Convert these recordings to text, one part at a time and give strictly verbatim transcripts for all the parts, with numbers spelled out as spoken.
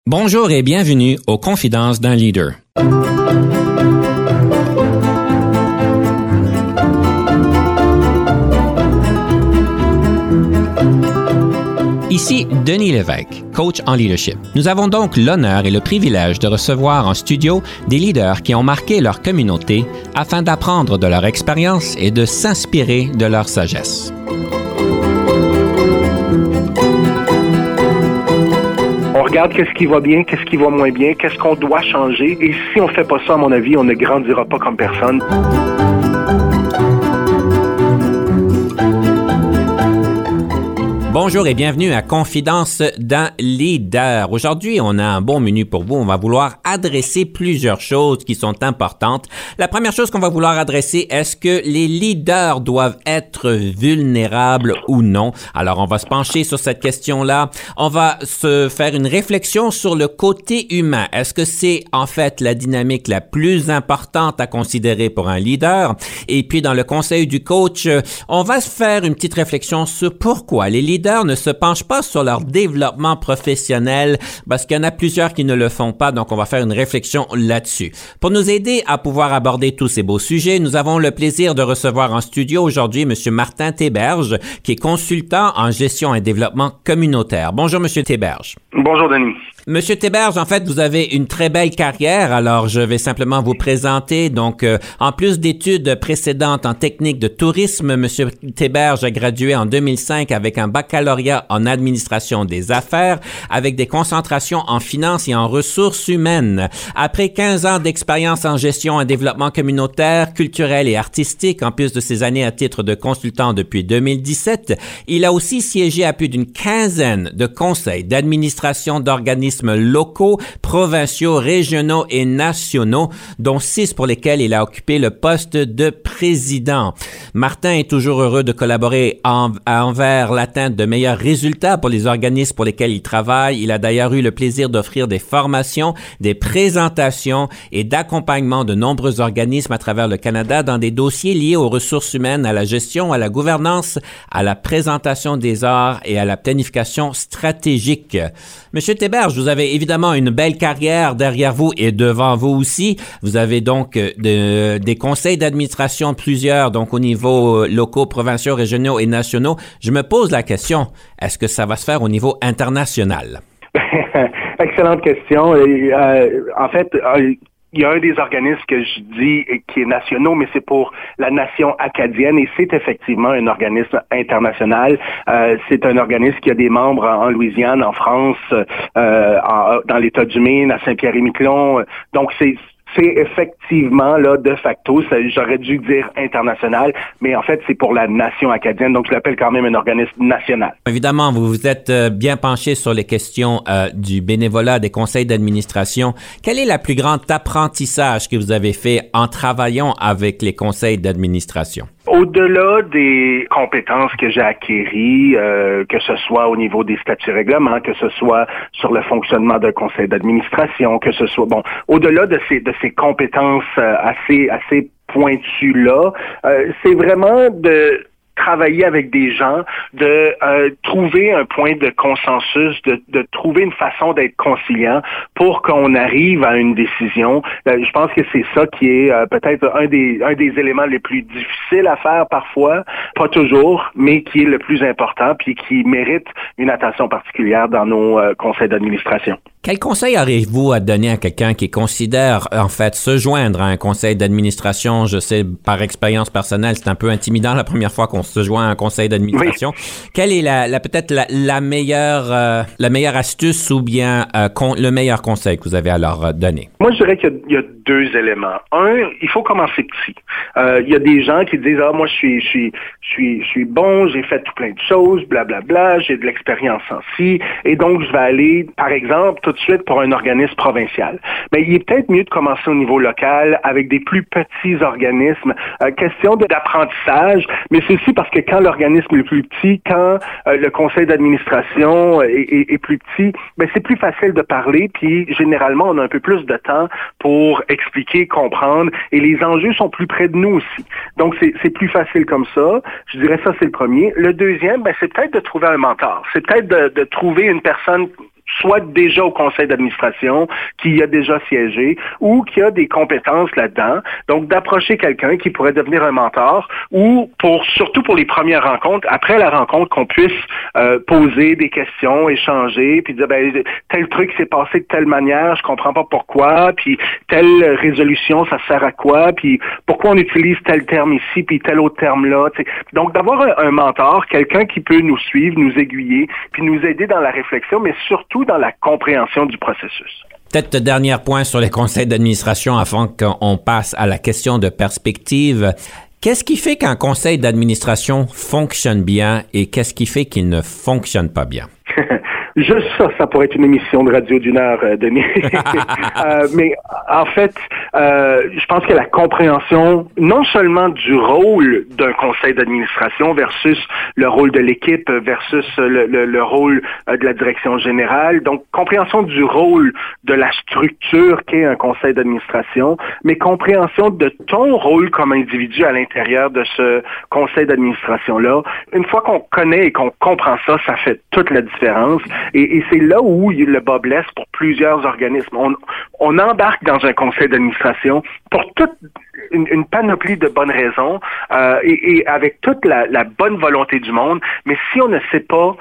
Bonjour et bienvenue aux Confidences d'un leader. Ici Denis Lévesque, coach en leadership. Nous avons donc l'honneur et le privilège de recevoir en studio des leaders qui ont marqué leur communauté afin d'apprendre de leur expérience et de s'inspirer de leur sagesse. On regarde qu'est-ce qui va bien, qu'est-ce qui va moins bien, qu'est-ce qu'on doit changer. Et si on fait pas ça, à mon avis, on ne grandira pas comme personne. Bonjour et bienvenue à Confidences d'un leader. Aujourd'hui, on a un bon menu pour vous. On va vouloir adresser plusieurs choses qui sont importantes. La première chose qu'on va vouloir adresser, est-ce que les leaders doivent être vulnérables ou non? Alors, on va se pencher sur cette question-là. On va se faire une réflexion sur le côté humain. Est-ce que c'est en fait la dynamique la plus importante à considérer pour un leader? Et puis, dans le conseil du coach, on va se faire une petite réflexion sur pourquoi les leaders ne se penchent pas sur leur développement professionnel parce qu'il y en a plusieurs qui ne le font pas, donc on va faire une réflexion là-dessus. Pour nous aider à pouvoir aborder tous ces beaux sujets, nous avons le plaisir de recevoir en studio aujourd'hui M. Martin Théberge, qui est consultant en gestion et développement communautaire. Bonjour M. Théberge. Bonjour Denis. Monsieur Théberge, en fait, vous avez une très belle carrière, alors je vais simplement vous présenter. Donc, euh, en plus d'études précédentes en technique de tourisme, Monsieur Théberge a gradué en deux mille cinq avec un baccalauréat en administration des affaires, avec des concentrations en finance et en ressources humaines. Après quinze ans d'expérience en gestion et développement communautaire, culturel et artistique, en plus de ses années à titre de consultant depuis deux mille dix-sept, il a aussi siégé à plus d'une quinzaine de conseils d'administration d'organismes locaux, provinciaux, régionaux et nationaux, dont six pour lesquels il a occupé le poste de président. Martin est toujours heureux de collaborer en, envers l'atteinte de meilleurs résultats pour les organismes pour lesquels il travaille. Il a d'ailleurs eu le plaisir d'offrir des formations, des présentations et d'accompagnement de nombreux organismes à travers le Canada dans des dossiers liés aux ressources humaines, à la gestion, à la gouvernance, à la présentation des arts et à la planification stratégique. Monsieur Théberge, vous avez évidemment une belle carrière derrière vous et devant vous aussi. Vous avez donc de, des conseils d'administration plusieurs, donc au niveau locaux, provinciaux, régionaux et nationaux. Je me pose la question, est-ce que ça va se faire au niveau international? Excellente question. Et, euh, en fait, euh, il y a un des organismes que je dis qui est national, mais c'est pour la nation acadienne et c'est effectivement un organisme international. Euh, c'est un organisme qui a des membres en, en Louisiane, en France, euh, en, dans l'État du Maine, à Saint-Pierre-et-Miquelon. Donc, c'est C'est effectivement, là, de facto, ça, j'aurais dû dire international, mais en fait, c'est pour la nation acadienne, donc je l'appelle quand même un organisme national. Évidemment, vous vous êtes bien penché sur les questions euh, du bénévolat, des conseils d'administration. Quel est le plus grand apprentissage que vous avez fait en travaillant avec les conseils d'administration? Au-delà des compétences que j'ai acquéries, euh, que ce soit au niveau des statuts règlements, que ce soit sur le fonctionnement d'un conseil d'administration, que ce soit, bon, au-delà de ces, de ces compétences euh, assez, assez pointues-là, euh, c'est vraiment de travailler avec des gens, de euh, trouver un point de consensus, de, de trouver une façon d'être conciliant pour qu'on arrive à une décision. Euh, je pense que c'est ça qui est euh, peut-être un des un des éléments les plus difficiles à faire parfois, pas toujours, mais qui est le plus important puis qui mérite une attention particulière dans nos euh, conseils d'administration. Quel conseil auriez-vous à donner à quelqu'un qui considère, en fait, se joindre à un conseil d'administration? Je sais, par expérience personnelle, c'est un peu intimidant la première fois qu'on se joint à un conseil d'administration. Oui. Quelle est la, la peut-être la, la meilleure euh, la meilleure astuce ou bien euh, con, le meilleur conseil que vous avez à leur donner? Moi, je dirais qu'il y a, il y a deux éléments. Un, il faut commencer petit. Euh, il y a des gens qui disent, ah, moi, je suis, je suis, je suis, je suis bon, j'ai fait tout plein de choses, blablabla, bla, bla, j'ai de l'expérience en ci, et donc je vais aller, par exemple, tout de suite pour un organisme provincial. Mais il est peut-être mieux de commencer au niveau local avec des plus petits organismes. Euh, question d'apprentissage, mais c'est aussi parce que quand l'organisme est plus petit, quand euh, le conseil d'administration est, est, est plus petit, ben c'est plus facile de parler, puis généralement, on a un peu plus de temps pour expliquer, comprendre, et les enjeux sont plus près de nous aussi. Donc, c'est, c'est plus facile comme ça. Je dirais ça, c'est le premier. Le deuxième, ben, c'est peut-être de trouver un mentor. C'est peut-être de, de trouver une personne soit déjà au conseil d'administration, qui y a déjà siégé, ou qui a des compétences là-dedans. Donc, d'approcher quelqu'un qui pourrait devenir un mentor, ou pour surtout pour les premières rencontres, après la rencontre, qu'on puisse euh, poser des questions, échanger, puis dire, ben, tel truc s'est passé de telle manière, je comprends pas pourquoi, puis telle résolution, ça sert à quoi, puis pourquoi on utilise tel terme ici, puis tel autre terme là. T'sais. Donc, d'avoir un, un mentor, quelqu'un qui peut nous suivre, nous aiguiller, puis nous aider dans la réflexion, mais surtout dans la compréhension du processus. Peut-être dernier point sur les conseils d'administration avant qu'on passe à la question de perspective. Qu'est-ce qui fait qu'un conseil d'administration fonctionne bien et qu'est-ce qui fait qu'il ne fonctionne pas bien? Juste ça, ça pourrait être une émission de radio d'une heure, euh, Denis. euh, mais en fait, euh, je pense que la compréhension, non seulement du rôle d'un conseil d'administration versus le rôle de l'équipe versus le, le, le rôle euh, de la direction générale, donc compréhension du rôle de la structure qu'est un conseil d'administration, mais compréhension de ton rôle comme individu à l'intérieur de ce conseil d'administration-là. Une fois qu'on connaît et qu'on comprend ça, ça fait toute la différence. Et, et c'est là où le bas blesse pour plusieurs organismes. On, on embarque dans un conseil d'administration pour toute une, une panoplie de bonnes raisons euh, et, et avec toute la, la bonne volonté du monde, mais si on ne sait pas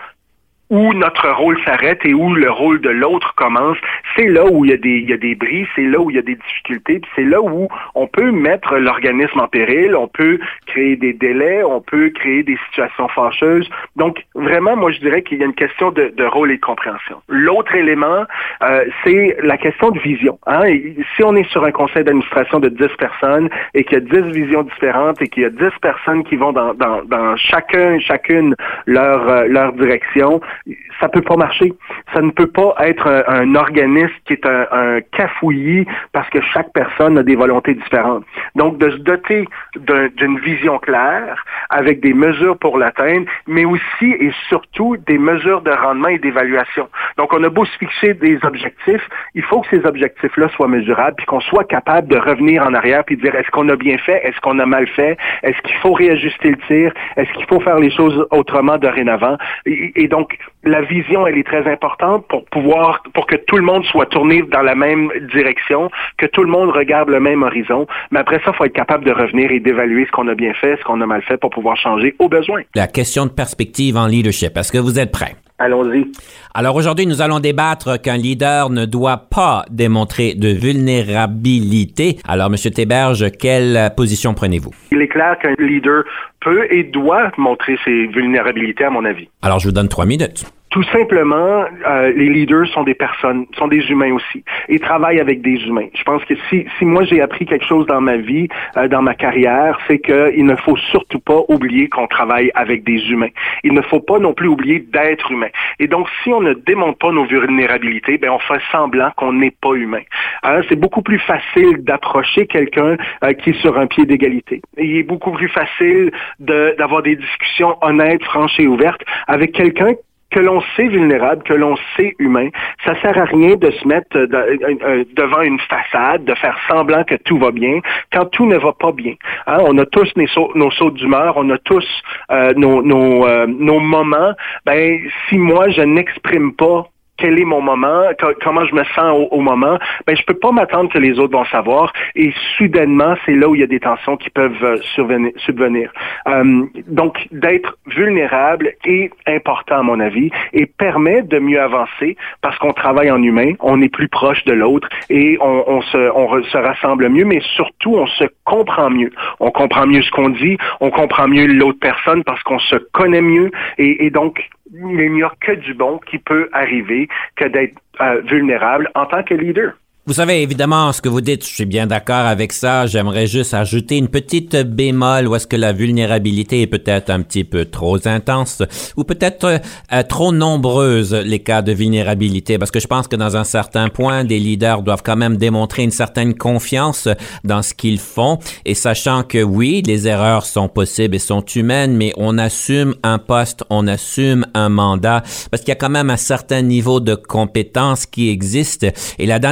où notre rôle s'arrête et où le rôle de l'autre commence, c'est là où il y a des il y a des bris, c'est là où il y a des difficultés, puis c'est là où on peut mettre l'organisme en péril, on peut créer des délais, on peut créer des situations fâcheuses. Donc vraiment, moi je dirais qu'il y a une question de, de rôle et de compréhension. L'autre élément, euh, c'est la question de vision. Hein? Et si on est sur un conseil d'administration de dix personnes et qu'il y a dix visions différentes et qu'il y a dix personnes qui vont dans dans, dans chacun chacune leur euh, leur direction, ça peut pas marcher. Ça ne peut pas être un, un organisme qui est un, un cafouillis parce que chaque personne a des volontés différentes. Donc, de se doter d'un, d'une vision claire avec des mesures pour l'atteindre, mais aussi et surtout des mesures de rendement et d'évaluation. Donc, on a beau se fixer des objectifs, il faut que ces objectifs-là soient mesurables puis qu'on soit capable de revenir en arrière puis de dire est-ce qu'on a bien fait, est-ce qu'on a mal fait, est-ce qu'il faut réajuster le tir, est-ce qu'il faut faire les choses autrement dorénavant. Et, et donc, la vision, elle est très importante pour pouvoir, pour que tout le monde soit tourné dans la même direction, que tout le monde regarde le même horizon. Mais après ça, il faut être capable de revenir et d'évaluer ce qu'on a bien fait, ce qu'on a mal fait pour pouvoir changer au besoin. La question de perspective en leadership. Est-ce que vous êtes prêts? Allons-y. Alors aujourd'hui, nous allons débattre qu'un leader ne doit pas démontrer de vulnérabilité. Alors, Monsieur Théberge, quelle position prenez-vous? Il est clair qu'un leader peut et doit montrer ses vulnérabilités, à mon avis. Alors, je vous donne trois minutes. Tout simplement, euh, les leaders sont des personnes, sont des humains aussi, et travaillent avec des humains. Je pense que si, si moi j'ai appris quelque chose dans ma vie, euh, dans ma carrière, c'est qu'il ne faut surtout pas oublier qu'on travaille avec des humains. Il ne faut pas non plus oublier d'être humain. Et donc, si on ne démontre pas nos vulnérabilités, ben on fait semblant qu'on n'est pas humain. Hein, c'est beaucoup plus facile d'approcher quelqu'un euh, qui est sur un pied d'égalité. Et il est beaucoup plus facile de, d'avoir des discussions honnêtes, franches et ouvertes avec quelqu'un que l'on sait vulnérable, que l'on sait humain. Ça sert à rien de se mettre de, de, devant une façade, de faire semblant que tout va bien, quand tout ne va pas bien. Hein? On a tous nos sauts, nos sauts d'humeur, on a tous euh, nos, nos, euh, nos moments. Ben, si moi, je n'exprime pas quel est mon moment, comment je me sens au, au moment, ben je peux pas m'attendre que les autres vont savoir et soudainement, c'est là où il y a des tensions qui peuvent survenir, subvenir. Euh, donc, d'être vulnérable est important à mon avis et permet de mieux avancer parce qu'on travaille en humain, on est plus proche de l'autre et on, on, se, on se rassemble mieux, mais surtout, on se comprend mieux. On comprend mieux ce qu'on dit, on comprend mieux l'autre personne parce qu'on se connaît mieux et, et donc, il n'y a que du bon qui peut arriver que d'être euh, vulnérable en tant que leader. Vous savez, évidemment, ce que vous dites, je suis bien d'accord avec ça. J'aimerais juste ajouter une petite bémol où est-ce que la vulnérabilité est peut-être un petit peu trop intense ou peut-être euh, trop nombreuse, les cas de vulnérabilité. Parce que je pense que dans un certain point, des leaders doivent quand même démontrer une certaine confiance dans ce qu'ils font et sachant que oui, les erreurs sont possibles et sont humaines, mais on assume un poste, on assume un mandat parce qu'il y a quand même un certain niveau de compétence qui existe. Et la dernière chose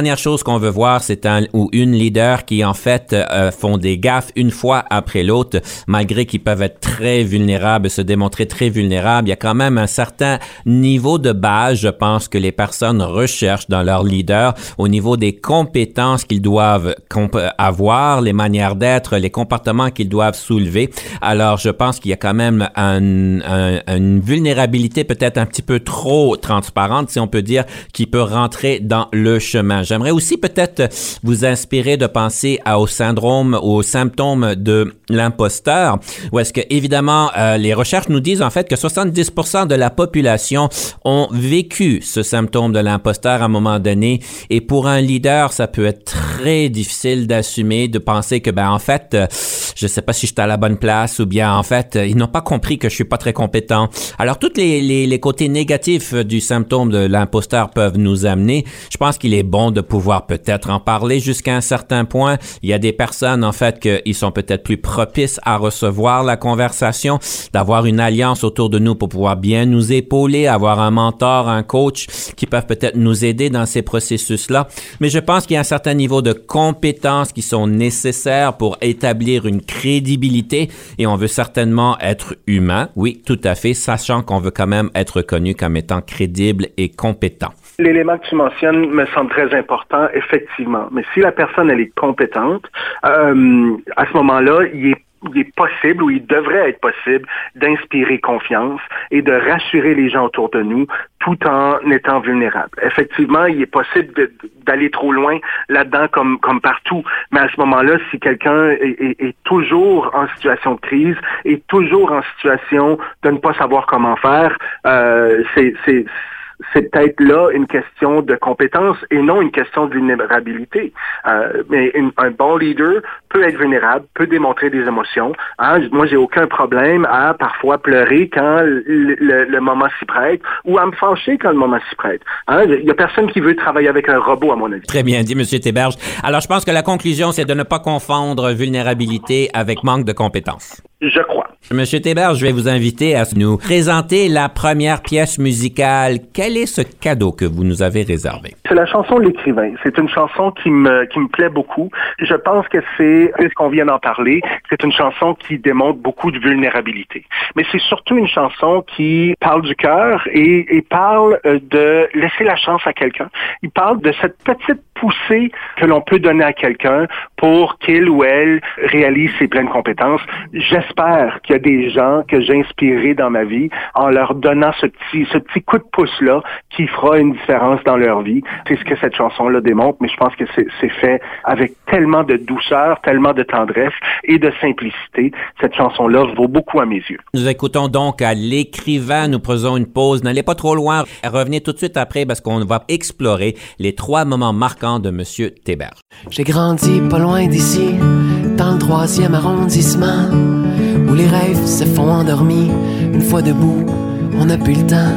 qu'on veut voir, c'est un ou une leader qui, en fait, euh, font des gaffes une fois après l'autre, malgré qu'ils peuvent être très vulnérables, se démontrer très vulnérables. Il y a quand même un certain niveau de base, je pense, que les personnes recherchent dans leur leader au niveau des compétences qu'ils doivent comp- avoir, les manières d'être, les comportements qu'ils doivent soulever. Alors, je pense qu'il y a quand même un, un, une vulnérabilité peut-être un petit peu trop transparente, si on peut dire, qui peut rentrer dans le chemin. J'aimerais aussi peut-être vous inspirer de penser à, au syndrome, aux symptômes de l'imposteur, où est-ce que, évidemment, euh, les recherches nous disent en fait que soixante-dix pour cent de la population ont vécu ce symptôme de l'imposteur à un moment donné. Et pour un leader, ça peut être très difficile d'assumer, de penser que, ben, en fait, euh, je sais pas si je suis à la bonne place, ou bien, en fait, euh, ils n'ont pas compris que je suis pas très compétent. Alors, tous les, les, les côtés négatifs du symptôme de l'imposteur peuvent nous amener. Je pense qu'il est bon de pouvoir peut-être en parler jusqu'à un certain point. Il y a des personnes, en fait, qu'ils sont peut-être plus propices à recevoir la conversation, d'avoir une alliance autour de nous pour pouvoir bien nous épauler, avoir un mentor, un coach qui peuvent peut-être nous aider dans ces processus-là. Mais je pense qu'il y a un certain niveau de compétences qui sont nécessaires pour établir une crédibilité et on veut certainement être humain, oui, tout à fait, sachant qu'on veut quand même être reconnu comme étant crédible et compétent. L'élément que tu mentionnes me semble très important, effectivement. Mais si la personne, elle est compétente, euh, à ce moment-là, il est il est possible ou il devrait être possible d'inspirer confiance et de rassurer les gens autour de nous tout en étant vulnérable. Effectivement, il est possible de, d'aller trop loin là-dedans comme, comme partout, mais à ce moment-là, si quelqu'un est, est, est toujours en situation de crise, est toujours en situation de ne pas savoir comment faire, euh, c'est, c'est c'est peut-être là une question de compétence et non une question de vulnérabilité. Euh, mais une, un bon leader peut être vulnérable, peut démontrer des émotions. Hein? Moi, j'ai aucun problème à parfois pleurer quand le, le, le moment s'y prête ou à me fâcher quand le moment s'y prête. Hein? Il y a personne qui veut travailler avec un robot, à mon avis. Très bien dit, M. Théberge. Alors, je pense que la conclusion, c'est de ne pas confondre vulnérabilité avec manque de compétences. Je crois. Monsieur Théberge, je vais vous inviter à nous présenter la première pièce musicale. Quel est ce cadeau que vous nous avez réservé? C'est la chanson L'écrivain. C'est une chanson qui me qui me plaît beaucoup. Je pense que c'est, puisqu'on vient d'en parler, c'est une chanson qui démontre beaucoup de vulnérabilité. Mais c'est surtout une chanson qui parle du cœur et, et parle de laisser la chance à quelqu'un. Il parle de cette petite poussée que l'on peut donner à quelqu'un pour qu'il ou elle réalise ses pleines compétences. J'espère qu'il y a des gens que j'ai inspirés dans ma vie en leur donnant ce petit, ce petit coup de pouce-là qui fera une différence dans leur vie. C'est ce que cette chanson-là démontre, mais je pense que c'est, c'est fait avec tellement de douceur, tellement de tendresse et de simplicité. Cette chanson-là vaut beaucoup à mes yeux. Nous écoutons donc à L'écrivain. Nous prenons une pause. N'allez pas trop loin. Revenez tout de suite après parce qu'on va explorer les trois moments marquants de M. Théberge. J'ai grandi pas loin d'ici, dans le troisième arrondissement, où les rêves se font endormis. Une fois debout, on n'a plus le temps.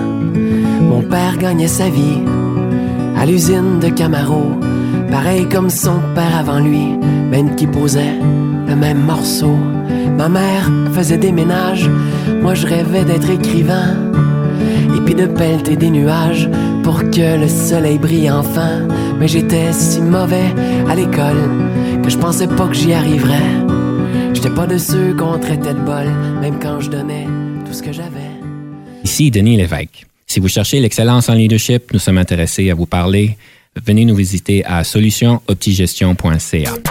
Mon père gagnait sa vie à l'usine de Camaro, pareil comme son père avant lui, même qui posait le même morceau. Ma mère faisait des ménages, moi je rêvais d'être écrivain, et puis de pelleter des nuages pour que le soleil brille enfin. Mais j'étais si mauvais à l'école que je pensais pas que j'y arriverais. J'étais pas de ceux qu'on traitait de bol, même quand je donnais tout ce que j'avais. Ici Denis Lévesque. Si vous cherchez l'excellence en leadership, nous sommes intéressés à vous parler. Venez nous visiter à solution optigestion point c a.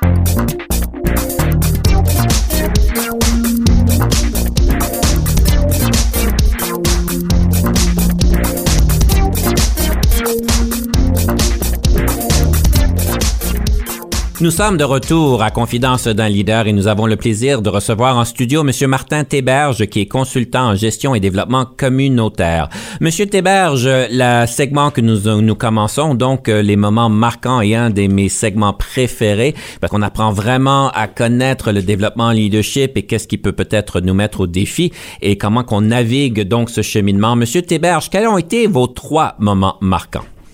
Nous sommes de retour à Confidence d'un leader et nous avons le plaisir de recevoir en studio M. Martin Théberge, qui est consultant en gestion et développement communautaire. M. Théberge, le segment que nous, nous commençons, donc les moments marquants et un de mes segments préférés, parce qu'on apprend vraiment à connaître le développement leadership et qu'est-ce qui peut peut-être nous mettre au défi et comment qu'on navigue donc ce cheminement. M. Théberge, quels ont été vos trois moments marquants?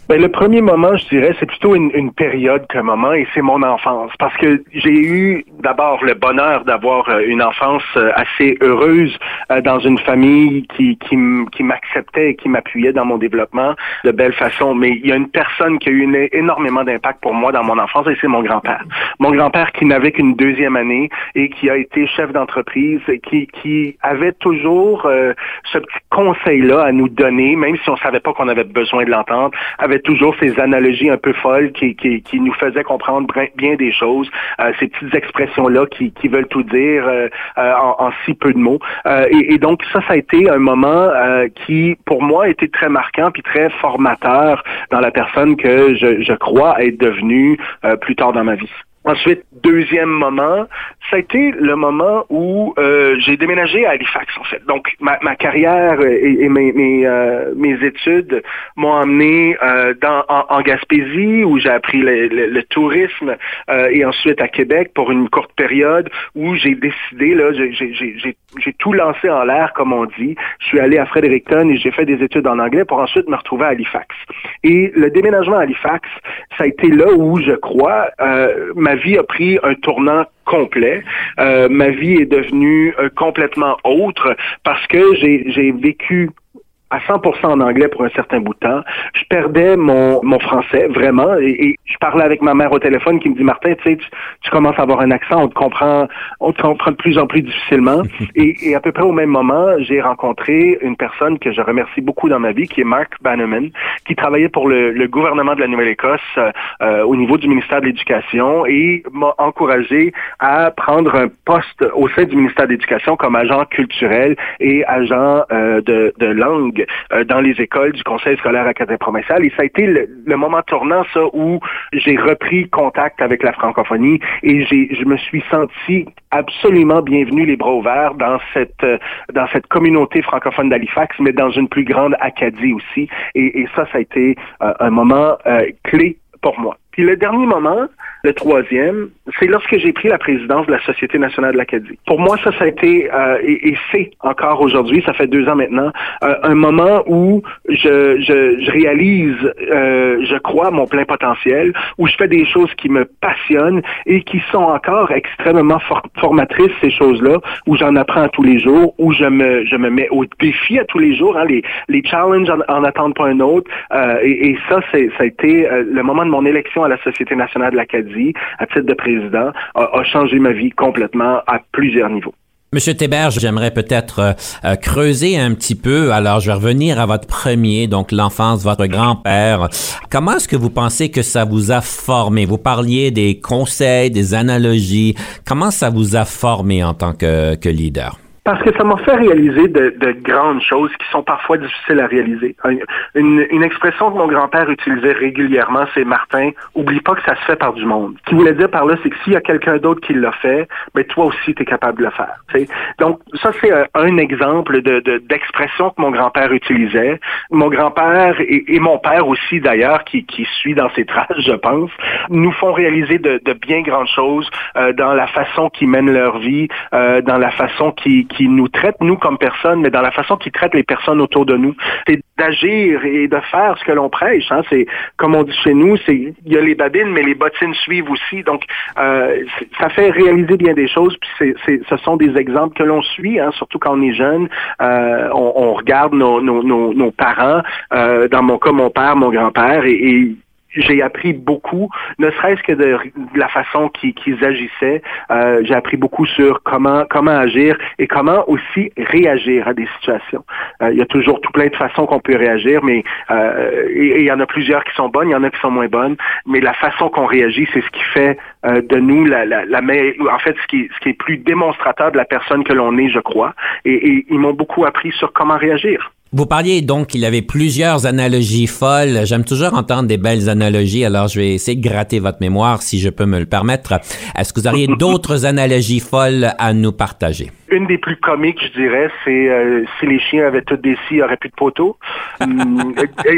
Ben, le premier moment, je dirais, c'est plutôt une, une période qu'un moment, et c'est mon enfance. Parce que j'ai eu d'abord le bonheur d'avoir une enfance assez heureuse dans une famille qui, qui, qui m'acceptait et qui m'appuyait dans mon développement de belle façon. Mais il y a une personne qui a eu une, énormément d'impact pour moi dans mon enfance, et c'est mon grand-père. Mon grand-père qui n'avait qu'une deuxième année et qui a été chef d'entreprise, qui, qui avait toujours euh, ce petit conseil-là à nous donner, même si on savait pas qu'on avait besoin de l'entendre, avait toujours ces analogies un peu folles qui, qui, qui nous faisaient comprendre bien des choses, euh, ces petites expressions-là qui, qui veulent tout dire euh, euh, en, en si peu de mots. Euh, et, et donc ça, ça a été un moment euh, qui, pour moi, a été très marquant puis très formateur dans la personne que je, je crois être devenue euh, plus tard dans ma vie. Ensuite, deuxième moment, ça a été le moment où euh, j'ai déménagé à Halifax, en fait. Donc, ma, ma carrière et, et mes, mes, euh, mes études m'ont emmené euh, dans, en, en Gaspésie, où j'ai appris le, le, le tourisme, euh, et ensuite à Québec pour une courte période, où j'ai décidé, là, j'ai, j'ai, j'ai, j'ai tout lancé en l'air, comme on dit. Je suis allé à Fredericton et j'ai fait des études en anglais pour ensuite me retrouver à Halifax. Et le déménagement à Halifax, ça a été là où, je crois, euh, ma vie a pris un tournant complet. Euh, ma vie est devenue euh, complètement autre parce que j'ai, j'ai vécu à cent pour cent en anglais pour un certain bout de temps. Je perdais mon mon français, vraiment, et, et je parlais avec ma mère au téléphone qui me dit « Martin, tu sais, tu, tu commences à avoir un accent, on te comprend on te comprend de plus en plus difficilement. » et, et à peu près au même moment, j'ai rencontré une personne que je remercie beaucoup dans ma vie, qui est Mark Bannerman, qui travaillait pour le, le gouvernement de la Nouvelle-Écosse euh, au niveau du ministère de l'Éducation et m'a encouragé à prendre un poste au sein du ministère de l'Éducation comme agent culturel et agent euh, de, de langue dans les écoles du Conseil scolaire académique provincial. Et ça a été le, le moment tournant, ça, où j'ai repris contact avec la francophonie et j'ai, je me suis senti absolument bienvenu, les bras ouverts, dans cette dans cette communauté francophone d'Halifax, mais dans une plus grande Acadie aussi. Et, et ça, ça a été euh, un moment euh, clé pour moi. Puis le dernier moment, le troisième, c'est lorsque j'ai pris la présidence de la Société nationale de l'Acadie. Pour moi, ça, ça a été, euh, et, et c'est encore aujourd'hui, ça fait deux ans maintenant, euh, un moment où je, je, je réalise, euh, je crois, mon plein potentiel, où je fais des choses qui me passionnent et qui sont encore extrêmement for- formatrices, ces choses-là, où j'en apprends tous les jours, où je me, je me mets au défi à tous les jours, hein, les, les challenges en, en attendent pas un autre, euh, et, et ça, c'est, ça a été euh, le moment de mon élection à la Société nationale de l'Acadie, à titre de président, a, a changé ma vie complètement à plusieurs niveaux. Monsieur Théberge, j'aimerais peut-être euh, creuser un petit peu. Alors, je vais revenir à votre premier, donc l'enfance, votre grand-père. Comment est-ce que vous pensez que ça vous a formé? Vous parliez des conseils, des analogies. Comment ça vous a formé en tant que, que leader? Parce que ça m'a fait réaliser de, de grandes choses qui sont parfois difficiles à réaliser. Une, une expression que mon grand-père utilisait régulièrement, c'est « Martin, oublie pas que ça se fait par du monde ». Ce qu'il voulait dire par là, c'est que s'il y a quelqu'un d'autre qui l'a fait, ben toi aussi, tu es capable de le faire. T'sais. Donc, ça, c'est un, un exemple de, de, d'expression que mon grand-père utilisait. Mon grand-père et, et mon père aussi, d'ailleurs, qui, qui suit dans ses traces, je pense, nous font réaliser de, de bien grandes choses euh, dans la façon qu'ils mènent leur vie, euh, dans la façon qu'ils qui nous traitent, nous, comme personnes, mais dans la façon qu'ils traitent les personnes autour de nous. C'est d'agir et de faire ce que l'on prêche. Hein. C'est, comme on dit chez nous, c'est il y a les babines, mais les bottines suivent aussi. Donc, euh, ça fait réaliser bien des choses, puis c'est, c'est, ce sont des exemples que l'on suit, hein, surtout quand on est jeune. Euh, on, on regarde nos, nos, nos, nos parents, euh, dans mon cas, mon père, mon grand-père, et, et j'ai appris beaucoup, ne serait-ce que de, de la façon qu'ils, qu'ils agissaient. Euh, j'ai appris beaucoup sur comment comment agir et comment aussi réagir à des situations. Euh, il y a toujours tout plein de façons qu'on peut réagir, mais euh, et il y en a plusieurs qui sont bonnes, il y en a qui sont moins bonnes, mais la façon qu'on réagit, c'est ce qui fait euh, de nous la, la, la meilleure, en fait, ce qui, ce qui est plus démonstrateur de la personne que l'on est, je crois. Et, et ils m'ont beaucoup appris sur comment réagir. Vous parliez donc qu'il y avait plusieurs analogies folles. J'aime toujours entendre des belles analogies, alors je vais essayer de gratter votre mémoire si je peux me le permettre. Est-ce que vous auriez d'autres analogies folles à nous partager? Une des plus comiques, je dirais, c'est euh, si les chiens avaient toutes des scies, il n'y aurait plus de poteaux. hum,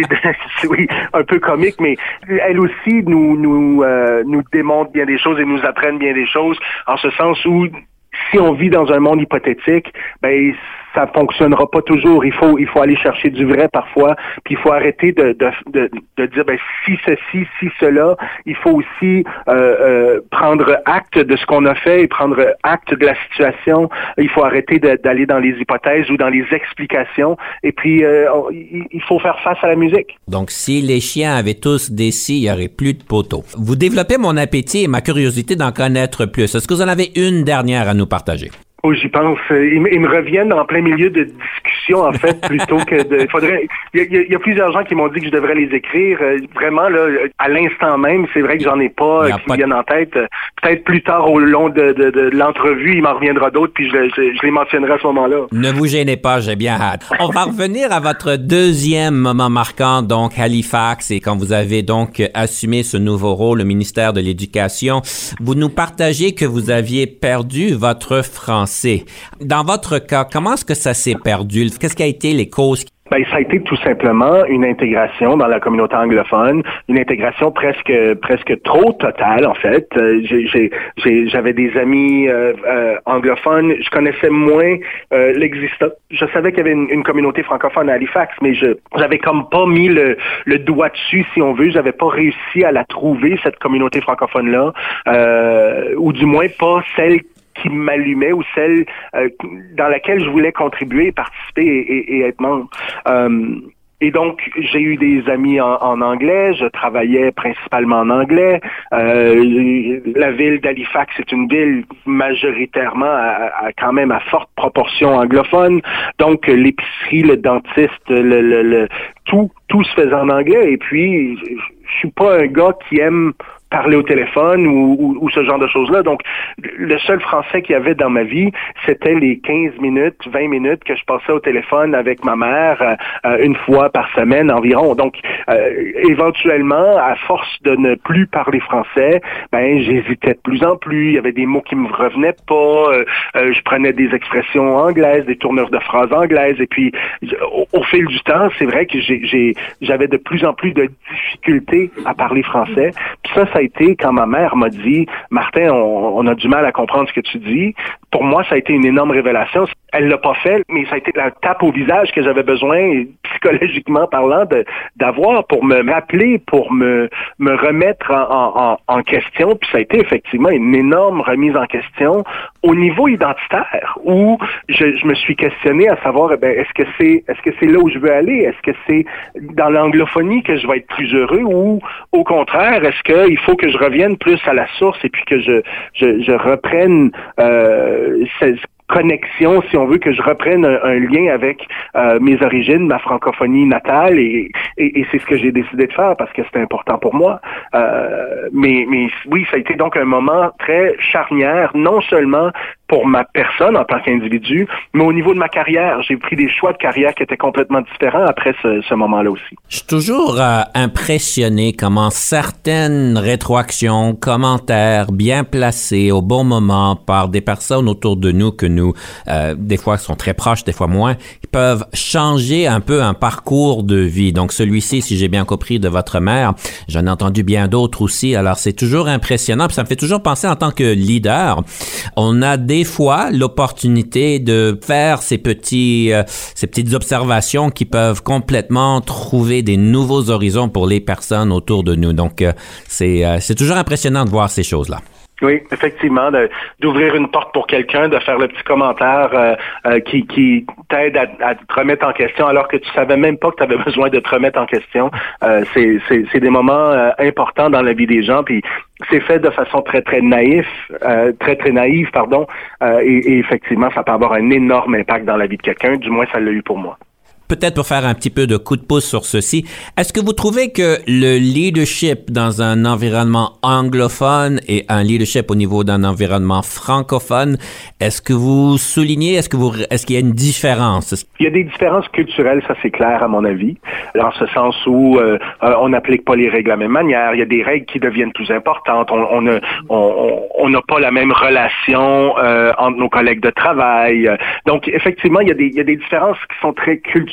oui, un peu comique, mais elle aussi nous nous euh, nous démontre bien des choses et nous apprennent bien des choses, en ce sens où si on vit dans un monde hypothétique, ben ça fonctionnera pas toujours. Il faut il faut aller chercher du vrai parfois, puis il faut arrêter de de de, de dire ben si ceci, si cela. Il faut aussi euh, euh, prendre acte de ce qu'on a fait et prendre acte de la situation. Il faut arrêter de, d'aller dans les hypothèses ou dans les explications. Et puis euh, il, il faut faire face à la musique. Donc si les chiens avaient tous des scies, il y aurait plus de poteaux. Vous développez mon appétit et ma curiosité d'en connaître plus. Est-ce que vous en avez une dernière à nous partager? Oh, j'y pense. Ils, me, ils me reviennent en plein milieu de discussions, en fait, plutôt que de... Faudrait. Il y, a, il y a plusieurs gens qui m'ont dit que je devrais les écrire. Vraiment, là, à l'instant même, c'est vrai que j'en ai pas qui pas me viennent de... en tête. Peut-être plus tard, au long de, de, de l'entrevue, il m'en reviendra d'autres, puis je, je, je les mentionnerai à ce moment-là. Ne vous gênez pas, j'ai bien hâte. On va revenir à votre deuxième moment marquant, donc Halifax, et quand vous avez donc assumé ce nouveau rôle au ministère de l'Éducation, vous nous partagez que vous aviez perdu votre français. Dans votre cas, comment est-ce que ça s'est perdu? Qu'est-ce qui a été les causes? Ben, ça a été tout simplement une intégration dans la communauté anglophone, une intégration presque presque trop totale en fait. Euh, j'ai, j'ai, j'ai, j'avais des amis euh, euh, anglophones, je connaissais moins euh, l'existence. Je savais qu'il y avait une, une communauté francophone à Halifax, mais je j'avais comme pas mis le, le doigt dessus, si on veut. J'avais pas réussi à la trouver, cette communauté francophone-là, euh, ou du moins pas celle qui m'allumait ou celle euh, dans laquelle je voulais contribuer, participer et, et, et être membre. Euh, et donc, j'ai eu des amis en, en anglais, je travaillais principalement en anglais. Euh, la ville d'Halifax est une ville majoritairement à, à quand même à forte proportion anglophone. Donc, l'épicerie, le dentiste, le, le, le tout, tout se faisait en anglais. Et puis, je suis pas un gars qui aime parler au téléphone ou, ou, ou ce genre de choses-là. Donc, le seul français qu'il y avait dans ma vie, c'était les quinze minutes, vingt minutes que je passais au téléphone avec ma mère euh, une fois par semaine environ. Donc, euh, éventuellement, à force de ne plus parler français, ben j'hésitais de plus en plus. Il y avait des mots qui me revenaient pas. Euh, euh, je prenais des expressions anglaises, des tournures de phrases anglaises. Et puis, au, au fil du temps, c'est vrai que j'ai, j'ai, j'avais de plus en plus de difficultés à parler français. Puis ça, ça a été quand ma mère m'a dit « Martin, on, on a du mal à comprendre ce que tu dis ». Pour moi, ça a été une énorme révélation. Elle l'a pas fait, mais ça a été la tape au visage que j'avais besoin, psychologiquement parlant, de, d'avoir pour me rappeler, pour me, me remettre en, en, en question. Puis ça a été effectivement une énorme remise en question au niveau identitaire, où je, je me suis questionné à savoir, eh ben, est-ce que c'est, est-ce que c'est là où je veux aller? Est-ce que c'est dans l'anglophonie que je vais être plus heureux, ou au contraire, est-ce qu'il faut que je revienne plus à la source et puis que je, je, je reprenne euh, cette connexion, si on veut, que je reprenne un, un lien avec euh, mes origines, ma francophonie natale, et, et, et c'est ce que j'ai décidé de faire parce que c'était important pour moi. Euh, mais, mais oui, ça a été donc un moment très charnière, non seulement pour ma personne en tant qu'individu, mais au niveau de ma carrière. J'ai pris des choix de carrière qui étaient complètement différents après ce, ce moment-là aussi. Je suis toujours euh, impressionné comment certaines rétroactions, commentaires bien placés au bon moment par des personnes autour de nous que nous, euh, des fois, sont très proches, des fois moins, qui peuvent changer un peu un parcours de vie. Donc celui-ci, si j'ai bien compris de votre mère, j'en ai entendu bien d'autres aussi. Alors c'est toujours impressionnant, puis ça me fait toujours penser en tant que leader, on a des fois l'opportunité de faire ces petits, euh, ces petites observations qui peuvent complètement trouver des nouveaux horizons pour les personnes autour de nous. Donc, euh, c'est, euh, c'est toujours impressionnant de voir ces choses-là. Oui, effectivement, de, d'ouvrir une porte pour quelqu'un, de faire le petit commentaire euh, euh, qui, qui t'aide à, à te remettre en question alors que tu savais même pas que tu avais besoin de te remettre en question. Euh, c'est, c'est, c'est des moments euh, importants dans la vie des gens, puis c'est fait de façon très, très naïf, euh, très, très naïve, pardon, euh, et, et effectivement, ça peut avoir un énorme impact dans la vie de quelqu'un, du moins ça l'a eu pour moi. Peut-être pour faire un petit peu de coup de pouce sur ceci, est-ce que vous trouvez que le leadership dans un environnement anglophone et un leadership au niveau d'un environnement francophone, est-ce que vous soulignez, est-ce que vous, est-ce qu'il y a une différence? Il y a des différences culturelles, ça c'est clair à mon avis, dans ce sens où euh, on n'applique pas les règles de la même manière. Il y a des règles qui deviennent plus importantes. On on n'a on, on n'a pas la même relation euh, entre nos collègues de travail. Donc effectivement, il y a des il y a des différences qui sont très culturelles.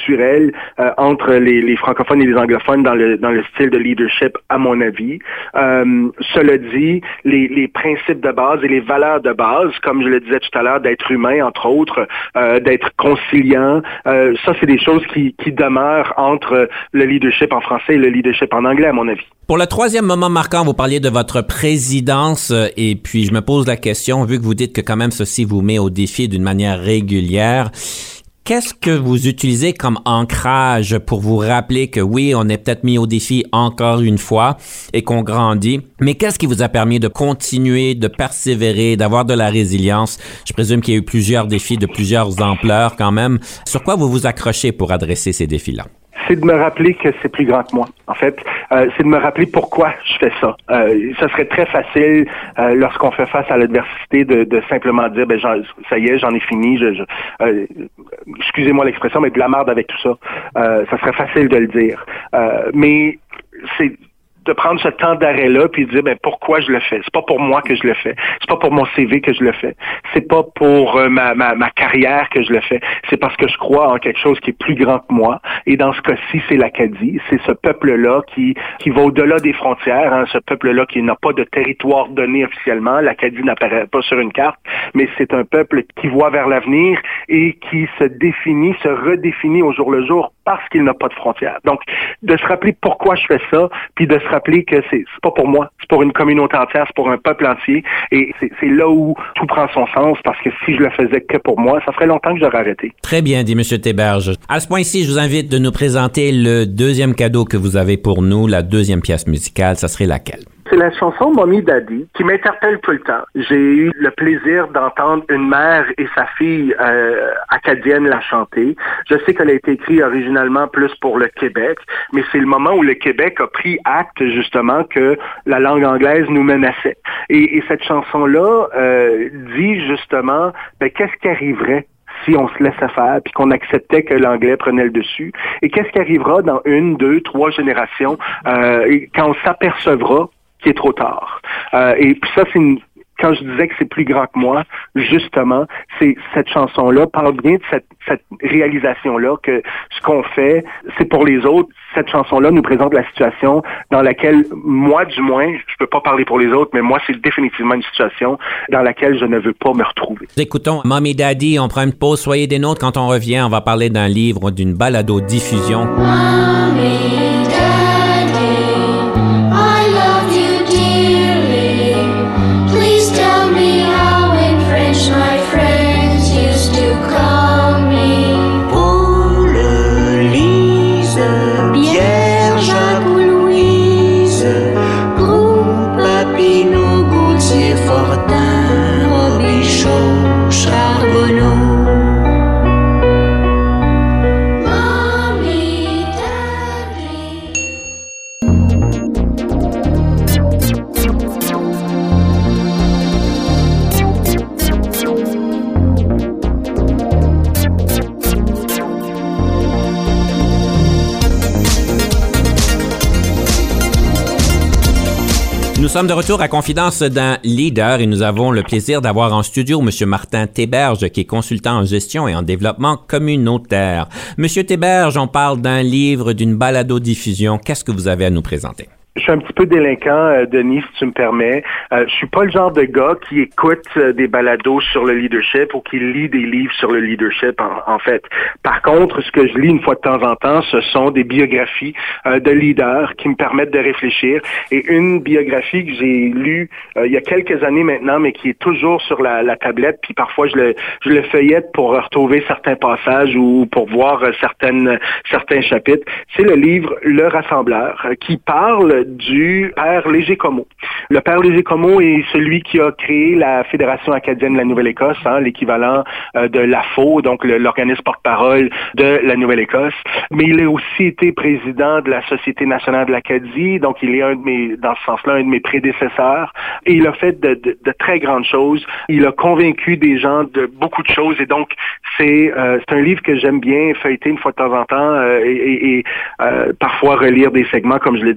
culturelle euh, entre les, les francophones et les anglophones dans le dans le style de leadership, à mon avis. Euh, cela dit, les, les principes de base et les valeurs de base, comme je le disais tout à l'heure, d'être humain, entre autres, euh, d'être conciliant, euh, ça, c'est des choses qui, qui demeurent entre le leadership en français et le leadership en anglais, à mon avis. Pour le troisième moment marquant, vous parliez de votre présidence et puis je me pose la question, vu que vous dites que quand même ceci vous met au défi d'une manière régulière, qu'est-ce que vous utilisez comme ancrage pour vous rappeler que oui, on est peut-être mis au défi encore une fois et qu'on grandit, mais qu'est-ce qui vous a permis de continuer, de persévérer, d'avoir de la résilience? Je présume qu'il y a eu plusieurs défis de plusieurs ampleurs quand même. Sur quoi vous vous accrochez pour adresser ces défis-là? C'est de me rappeler que c'est plus grand que moi. En fait, euh, c'est de me rappeler pourquoi je fais ça. Euh, ça serait très facile euh, lorsqu'on fait face à l'adversité de, de simplement dire, ben ça y est, j'en ai fini. Je, je, euh, excusez-moi l'expression, mais de la merde avec tout ça. Euh, ça serait facile de le dire. Euh, mais c'est de prendre ce temps d'arrêt-là puis de dire ben pourquoi je le fais. C'est pas pour moi que je le fais. C'est pas pour mon C V que je le fais. C'est pas pour euh, ma, ma, ma carrière que je le fais. C'est parce que je crois en quelque chose qui est plus grand que moi. Et dans ce cas-ci, c'est l'Acadie. C'est ce peuple-là qui qui va au-delà des frontières. Hein, ce peuple-là qui n'a pas de territoire donné officiellement. L'Acadie n'apparaît pas sur une carte, mais c'est un peuple qui voit vers l'avenir et qui se définit, se redéfinit au jour le jour parce qu'il n'a pas de frontières. Donc, de se rappeler pourquoi je fais ça, puis de se rappeler que c'est, c'est pas pour moi, c'est pour une communauté entière, c'est pour un peuple entier, et c'est, c'est là où tout prend son sens, parce que si je le faisais que pour moi, ça ferait longtemps que j'aurais arrêté. Très bien dit, M. Théberge. À ce point-ci, je vous invite de nous présenter le deuxième cadeau que vous avez pour nous, la deuxième pièce musicale. Ça serait laquelle? C'est la chanson Mommy Daddy qui m'interpelle tout le temps. J'ai eu le plaisir d'entendre une mère et sa fille euh, acadienne la chanter. Je sais qu'elle a été écrite originalement plus pour le Québec, mais c'est le moment où le Québec a pris acte justement que la langue anglaise nous menaçait. Et, et cette chanson-là euh, dit justement ben, qu'est-ce qui arriverait si on se laissait faire puis qu'on acceptait que l'anglais prenait le dessus. Et qu'est-ce qui arrivera dans une, deux, trois générations euh, quand on s'apercevra qui est trop tard. Euh, et puis ça, c'est une, quand je disais que c'est plus grand que moi, justement, c'est cette chanson-là parle bien de cette, cette réalisation-là que ce qu'on fait, c'est pour les autres. Cette chanson-là nous présente la situation dans laquelle, moi du moins, je peux pas parler pour les autres, mais moi, c'est définitivement une situation dans laquelle je ne veux pas me retrouver. Écoutons, Mommy Daddy, on prend une pause, soyez des nôtres. Quand on revient, on va parler d'un livre, d'une balado-diffusion. Mommy. Nous sommes de retour à Confidence d'un leader et nous avons le plaisir d'avoir en studio M. Martin Théberge, qui est consultant en gestion et en développement communautaire. M. Théberge, on parle d'un livre, d'une balado-diffusion. Qu'est-ce que vous avez à nous présenter? Je suis un petit peu délinquant, euh, Denis, si tu me permets. Euh, je suis pas le genre de gars qui écoute euh, des balados sur le leadership ou qui lit des livres sur le leadership, en, en fait. Par contre, ce que je lis une fois de temps en temps, ce sont des biographies euh, de leaders qui me permettent de réfléchir. Et une biographie que j'ai lue euh, il y a quelques années maintenant, mais qui est toujours sur la, la tablette, puis parfois je le, je le feuillette pour retrouver certains passages ou pour voir euh, certaines, certains chapitres, c'est le livre Le Rassembleur, euh, qui parle du père Léger-Comeau. Le père Léger-Comeau est celui qui a créé la Fédération acadienne de la Nouvelle-Écosse, hein, l'équivalent euh, de l'A F O, donc le, l'organisme porte-parole de la Nouvelle-Écosse. Mais il a aussi été président de la Société nationale de l'Acadie, donc il est un de mes, dans ce sens-là, un de mes prédécesseurs. Et il a fait de, de, de très grandes choses. Il a convaincu des gens de beaucoup de choses. Et donc, c'est, euh, c'est un livre que j'aime bien feuilleter une fois de temps en temps euh, et, et, et euh, parfois relire des segments, comme je le disais.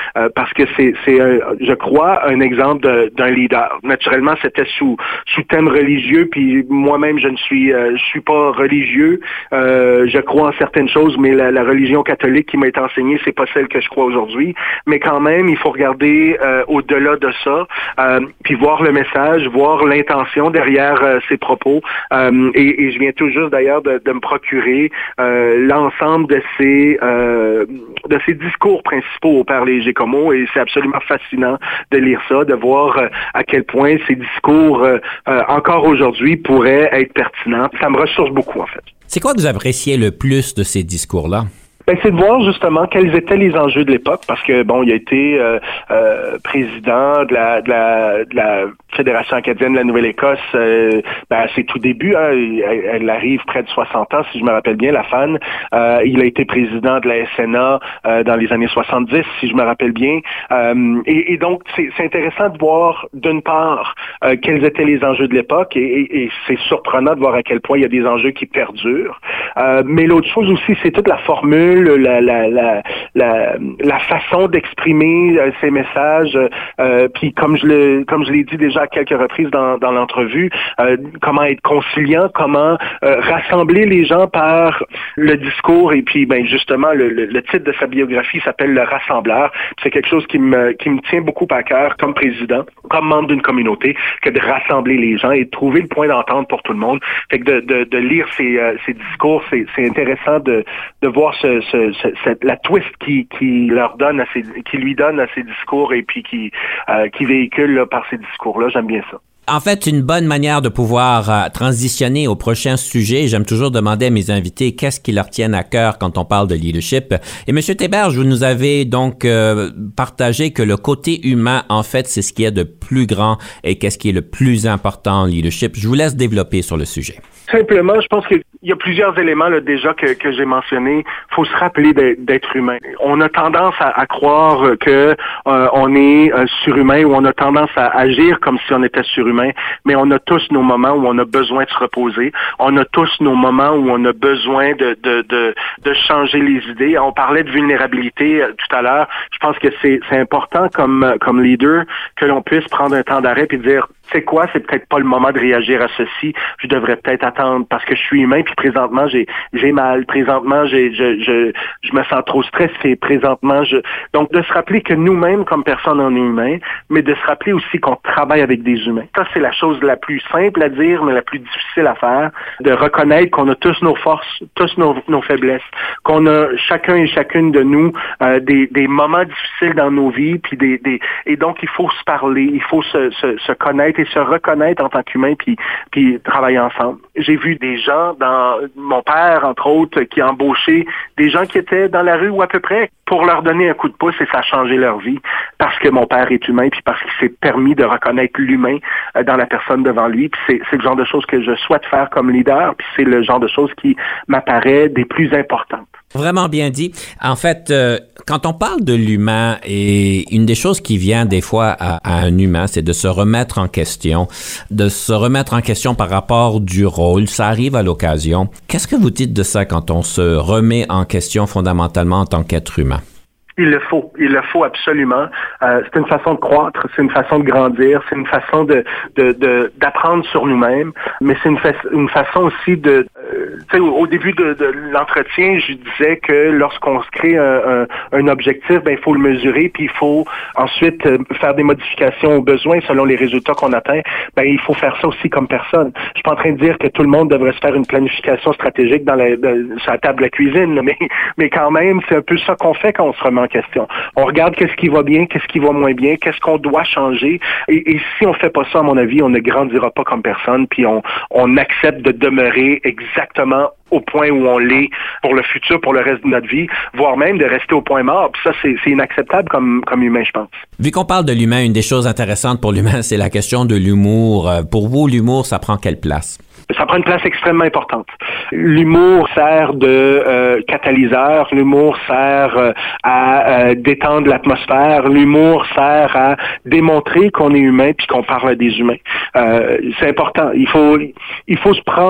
euh, parce que c'est, c'est un, je crois, un exemple de, d'un leader. Naturellement, c'était sous sous thème religieux, puis moi-même, je ne suis euh, je suis pas religieux. Euh, je crois en certaines choses, mais la, la religion catholique qui m'a été enseignée, c'est pas celle que je crois aujourd'hui. Mais quand même, il faut regarder euh, au-delà de ça, euh, puis voir le message, voir l'intention derrière euh, ses propos. Euh, et, et je viens tout juste d'ailleurs de, de me procurer euh, l'ensemble de ces euh, de ces discours principaux au Père Léger Comeau, et c'est absolument fascinant de lire ça, de voir euh, à quel point ces discours euh, euh, encore aujourd'hui pourraient être pertinents. Ça me ressource beaucoup en fait. C'est quoi que vous appréciez le plus de ces discours-là? Ben, c'est de voir justement quels étaient les enjeux de l'époque, parce que bon, il a été euh, euh, président de la, de la de la Fédération acadienne de la Nouvelle-Écosse euh, ben, à ses tout débuts. Hein, elle, elle arrive près de soixante ans, si je me rappelle bien, la F A N. Euh, il a été président de la S N A euh, dans les années soixante-dix, si je me rappelle bien. Euh, et, et donc, c'est, c'est intéressant de voir, d'une part, euh, quels étaient les enjeux de l'époque, et, et, et c'est surprenant de voir à quel point il y a des enjeux qui perdurent. Euh, mais l'autre chose aussi, c'est toute la formule, la, la, la, la, la façon d'exprimer euh, ces messages. Euh, puis comme je le, comme je l'ai dit déjà à quelques reprises dans, dans l'entrevue, euh, comment être conciliant, comment euh, rassembler les gens par le discours. Et puis, ben justement, le, le, le titre de sa biographie s'appelle Le Rassembleur. C'est quelque chose qui me, qui me tient beaucoup à cœur comme président, comme membre d'une communauté, que de rassembler les gens et de trouver le point d'entente pour tout le monde. Fait que de, de, de lire ces, euh, ces discours, c'est, c'est intéressant de, de voir ce, ce, ce, cette, la twist qui, qui leur donne à ces, qui lui donne à ces discours et puis qui, euh, qui véhicule là, par ces discours-là. J'aime bien ça. En fait, une bonne manière de pouvoir euh, transitionner au prochain sujet. J'aime toujours demander à mes invités qu'est-ce qui leur tient à cœur quand on parle de leadership. Et Monsieur Théberge, vous nous avez donc euh, partagé que le côté humain, en fait, c'est ce qui est de plus grand et qu'est-ce qui est le plus important en leadership. Je vous laisse développer sur le sujet. Simplement, je pense qu'il y a plusieurs éléments là, déjà que, que j'ai mentionnés. Il faut se rappeler d'être, d'être humain. On a tendance à, à croire que euh, on est euh, surhumain, ou on a tendance à agir comme si on était surhumain, mais on a tous nos moments où on a besoin de se reposer. On a tous nos moments où on a besoin de de de, de changer les idées. On parlait de vulnérabilité euh, tout à l'heure. Je pense que c'est c'est important comme comme leader que l'on puisse prendre un temps d'arrêt et dire, c'est quoi, c'est peut-être pas le moment de réagir à ceci. Je devrais peut-être attendre parce que je suis humain, puis présentement j'ai j'ai mal. Présentement j'ai je je je me sens trop stressé. Présentement je donc de se rappeler que nous-mêmes comme personnes on est humains, mais de se rappeler aussi qu'on travaille avec des humains. Ça c'est la chose la plus simple à dire, mais la plus difficile à faire. De reconnaître qu'on a tous nos forces, tous nos nos faiblesses, qu'on a chacun et chacune de nous euh, des des moments difficiles dans nos vies, puis des des et donc il faut se parler, il faut se se, se connaître et se reconnaître en tant qu'humain, puis puis travailler ensemble. J'ai vu des gens, dans mon père entre autres, qui embauchaient des gens qui étaient dans la rue ou à peu près pour leur donner un coup de pouce, et ça a changé leur vie parce que mon père est humain, puis parce qu'il s'est permis de reconnaître l'humain dans la personne devant lui. Puis c'est, c'est le genre de choses que je souhaite faire comme leader, puis c'est le genre de choses qui m'apparaît des plus importantes. Vraiment bien dit. En fait, euh, quand on parle de l'humain, et une des choses qui vient des fois à, à un humain, c'est de se remettre en question, de se remettre en question par rapport du rôle. Ça arrive à l'occasion. Qu'est-ce que vous dites de ça quand on se remet en question fondamentalement en tant qu'être humain? Il le faut, il le faut absolument. Euh, c'est une façon de croître, c'est une façon de grandir, c'est une façon de, de, de d'apprendre sur nous-mêmes, mais c'est une, fa- une façon aussi de, euh, tu sais, au, au début de, de l'entretien, je disais que lorsqu'on se crée un, un, un objectif, ben il faut le mesurer, puis il faut ensuite euh, faire des modifications aux besoins selon les résultats qu'on atteint. Ben il faut faire ça aussi comme personne. Je suis pas en train de dire que tout le monde devrait se faire une planification stratégique dans la, de, sur la table de la cuisine, mais mais quand même, c'est un peu ça qu'on fait quand on se remet en question. On regarde qu'est-ce qui va bien, qu'est-ce qui va moins bien, qu'est-ce qu'on doit changer. Et, et si on fait pas ça, à mon avis, on ne grandira pas comme personne, puis on, on accepte de demeurer exactement au point où on l'est pour le futur, pour le reste de notre vie, voire même de rester au point mort. Puis ça, c'est, c'est inacceptable comme, comme humain, je pense. Vu qu'on parle de l'humain, une des choses intéressantes pour l'humain, c'est la question de l'humour. Pour vous, l'humour, ça prend quelle place? Ça prend une place extrêmement importante. L'humour sert de euh, catalyseur, l'humour sert euh, à euh, détendre l'atmosphère, l'humour sert à démontrer qu'on est humain puis qu'on parle à des humains. Euh, c'est important. Il faut il faut se prendre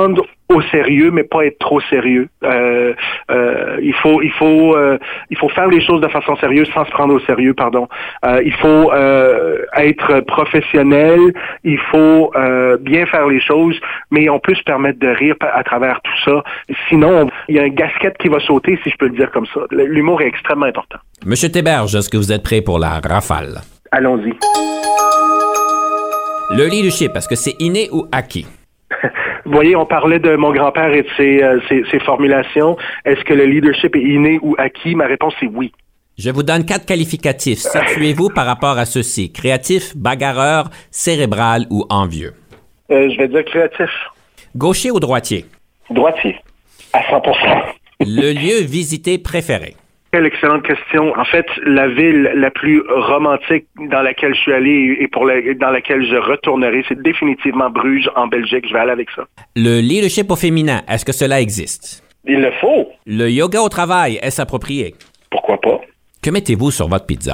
au sérieux, mais pas être trop sérieux. Euh, euh, il faut, il faut, euh, il faut faire les choses de façon sérieuse sans se prendre au sérieux, pardon. Euh, il faut euh, être professionnel, il faut euh, bien faire les choses, mais on peut se permettre de rire à travers tout ça. Sinon, il y a un gasket qui va sauter, si je peux le dire comme ça. L'humour est extrêmement important. Monsieur Théberge, est-ce que vous êtes prêt pour la rafale? Allons-y. Le leadership, est-ce que c'est inné ou acquis? Vous voyez, on parlait de mon grand-père et de ses, euh, ses, ses formulations. Est-ce que le leadership est inné ou acquis? Ma réponse est oui. Je vous donne quatre qualificatifs. Situez-vous par rapport à ceux-ci. Créatif, bagarreur, cérébral ou envieux? Euh, je vais dire créatif. Gaucher ou droitier? Droitier, à cent pour cent. Le lieu visité préféré? Quelle excellente question. En fait, la ville la plus romantique dans laquelle je suis allé et pour la, dans laquelle je retournerai, c'est définitivement Bruges, en Belgique. Je vais aller avec ça. Le leadership au féminin, est-ce que cela existe? Il le faut. Le yoga au travail, est-ce approprié? Pourquoi pas? Que mettez-vous sur votre pizza?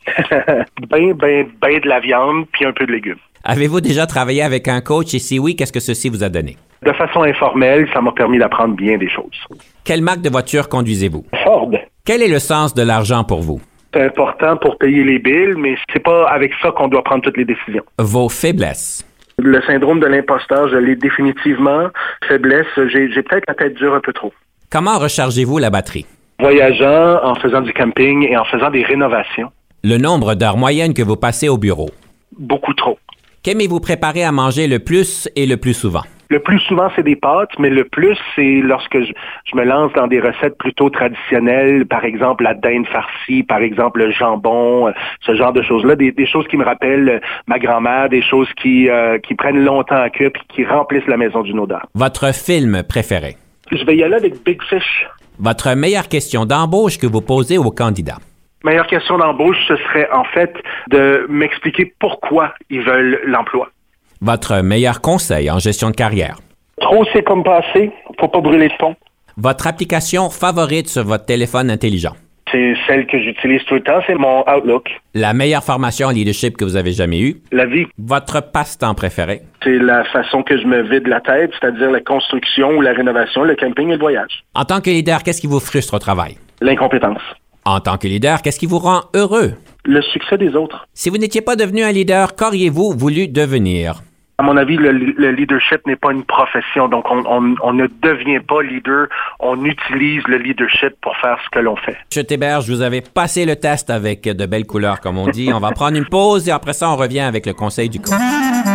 ben, ben, ben de la viande puis un peu de légumes. Avez-vous déjà travaillé avec un coach et si oui, qu'est-ce que ceci vous a donné? De façon informelle, ça m'a permis d'apprendre bien des choses. Quelle marque de voiture conduisez-vous? Ford. Quel est le sens de l'argent pour vous? C'est important pour payer les billes, mais c'est pas avec ça qu'on doit prendre toutes les décisions. Vos faiblesses? Le syndrome de l'imposteur, je l'ai définitivement. Faiblesse, j'ai, j'ai peut-être la tête dure un peu trop. Comment rechargez-vous la batterie? Voyageant, en faisant du camping et en faisant des rénovations. Le nombre d'heures moyennes que vous passez au bureau? Beaucoup trop. Qu'aimez-vous préparer à manger le plus et le plus souvent? Le plus souvent, c'est des pâtes, mais le plus, c'est lorsque je, je me lance dans des recettes plutôt traditionnelles, par exemple la dinde farcie, par exemple le jambon, ce genre de choses-là, des, des choses qui me rappellent ma grand-mère, des choses qui, euh, qui prennent longtemps à cuire et qui remplissent la maison d'une odeur. Votre film préféré? Je vais y aller avec Big Fish. Votre meilleure question d'embauche que vous posez aux candidats? Meilleure question d'embauche, ce serait en fait de m'expliquer pourquoi ils veulent l'emploi. Votre meilleur conseil en gestion de carrière? Trop c'est comme passé, faut pas brûler de pont. Votre application favorite sur votre téléphone intelligent? C'est celle que j'utilise tout le temps, c'est mon Outlook. La meilleure formation en leadership que vous avez jamais eue? La vie. Votre passe-temps préféré? C'est la façon que je me vide la tête, c'est-à-dire la construction ou la rénovation, le camping et le voyage. En tant que leader, qu'est-ce qui vous frustre au travail? L'incompétence. En tant que leader, qu'est-ce qui vous rend heureux? Le succès des autres. Si vous n'étiez pas devenu un leader, qu'auriez-vous voulu devenir? À mon avis, le, le leadership n'est pas une profession, donc on, on, on ne devient pas leader, on utilise le leadership pour faire ce que l'on fait. Monsieur Théberge, vous avez passé le test avec de belles couleurs, comme on dit. On va prendre une pause et après ça, on revient avec le conseil du coach.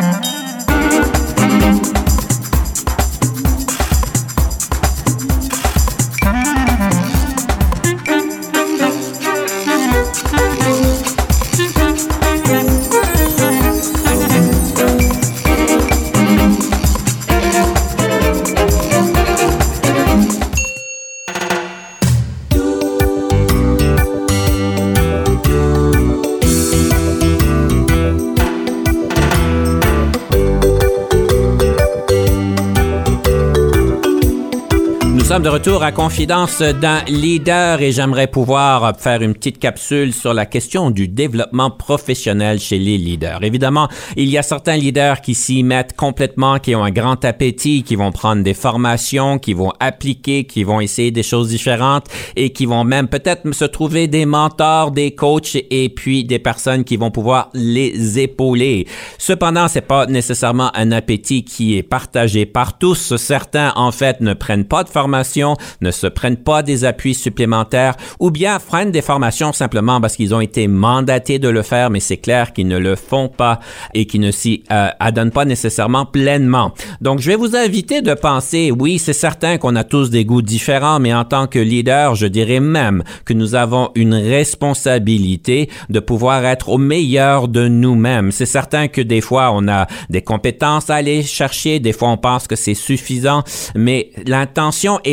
Nous sommes de retour à Confidence d'un leader et j'aimerais pouvoir faire une petite capsule sur la question du développement professionnel chez les leaders. Évidemment, il y a certains leaders qui s'y mettent complètement, qui ont un grand appétit, qui vont prendre des formations, qui vont appliquer, qui vont essayer des choses différentes et qui vont même peut-être se trouver des mentors, des coachs et puis des personnes qui vont pouvoir les épauler. Cependant, c'est pas nécessairement un appétit qui est partagé par tous. Certains, en fait, ne prennent pas de formation, ne se prennent pas des appuis supplémentaires ou bien prennent des formations simplement parce qu'ils ont été mandatés de le faire, mais c'est clair qu'ils ne le font pas et qu'ils ne s'y euh, adonnent pas nécessairement pleinement. Donc, je vais vous inviter de penser, oui, c'est certain qu'on a tous des goûts différents, mais en tant que leader, je dirais même que nous avons une responsabilité de pouvoir être au meilleur de nous-mêmes. C'est certain que des fois, on a des compétences à aller chercher, des fois, on pense que c'est suffisant, mais l'intention et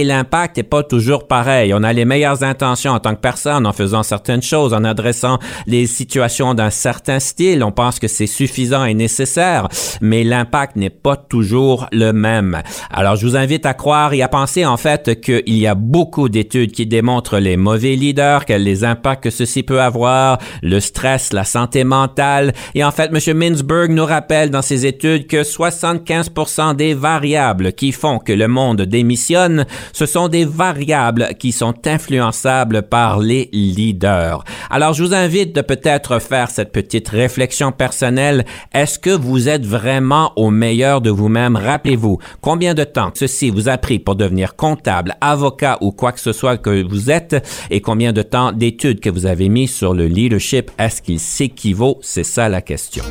et l'impact n'est pas toujours pareil. On a les meilleures intentions en tant que personne en faisant certaines choses, en adressant les situations d'un certain style. On pense que c'est suffisant et nécessaire, mais l'impact n'est pas toujours le même. Alors, je vous invite à croire et à penser en fait qu'il y a beaucoup d'études qui démontrent les mauvais leaders, quels les impacts que ceci peut avoir, le stress, la santé mentale. Et en fait, M. Mintzberg nous rappelle dans ses études que soixante-quinze pour cent des variables qui font que le monde démissionne, ce sont des variables qui sont influençables par les leaders. Alors, je vous invite de peut-être faire cette petite réflexion personnelle. Est-ce que vous êtes vraiment au meilleur de vous-même? Rappelez-vous, combien de temps ceci vous a pris pour devenir comptable, avocat ou quoi que ce soit que vous êtes, et combien de temps d'études que vous avez mis sur le leadership? Est-ce qu'il s'équivaut? C'est ça la question.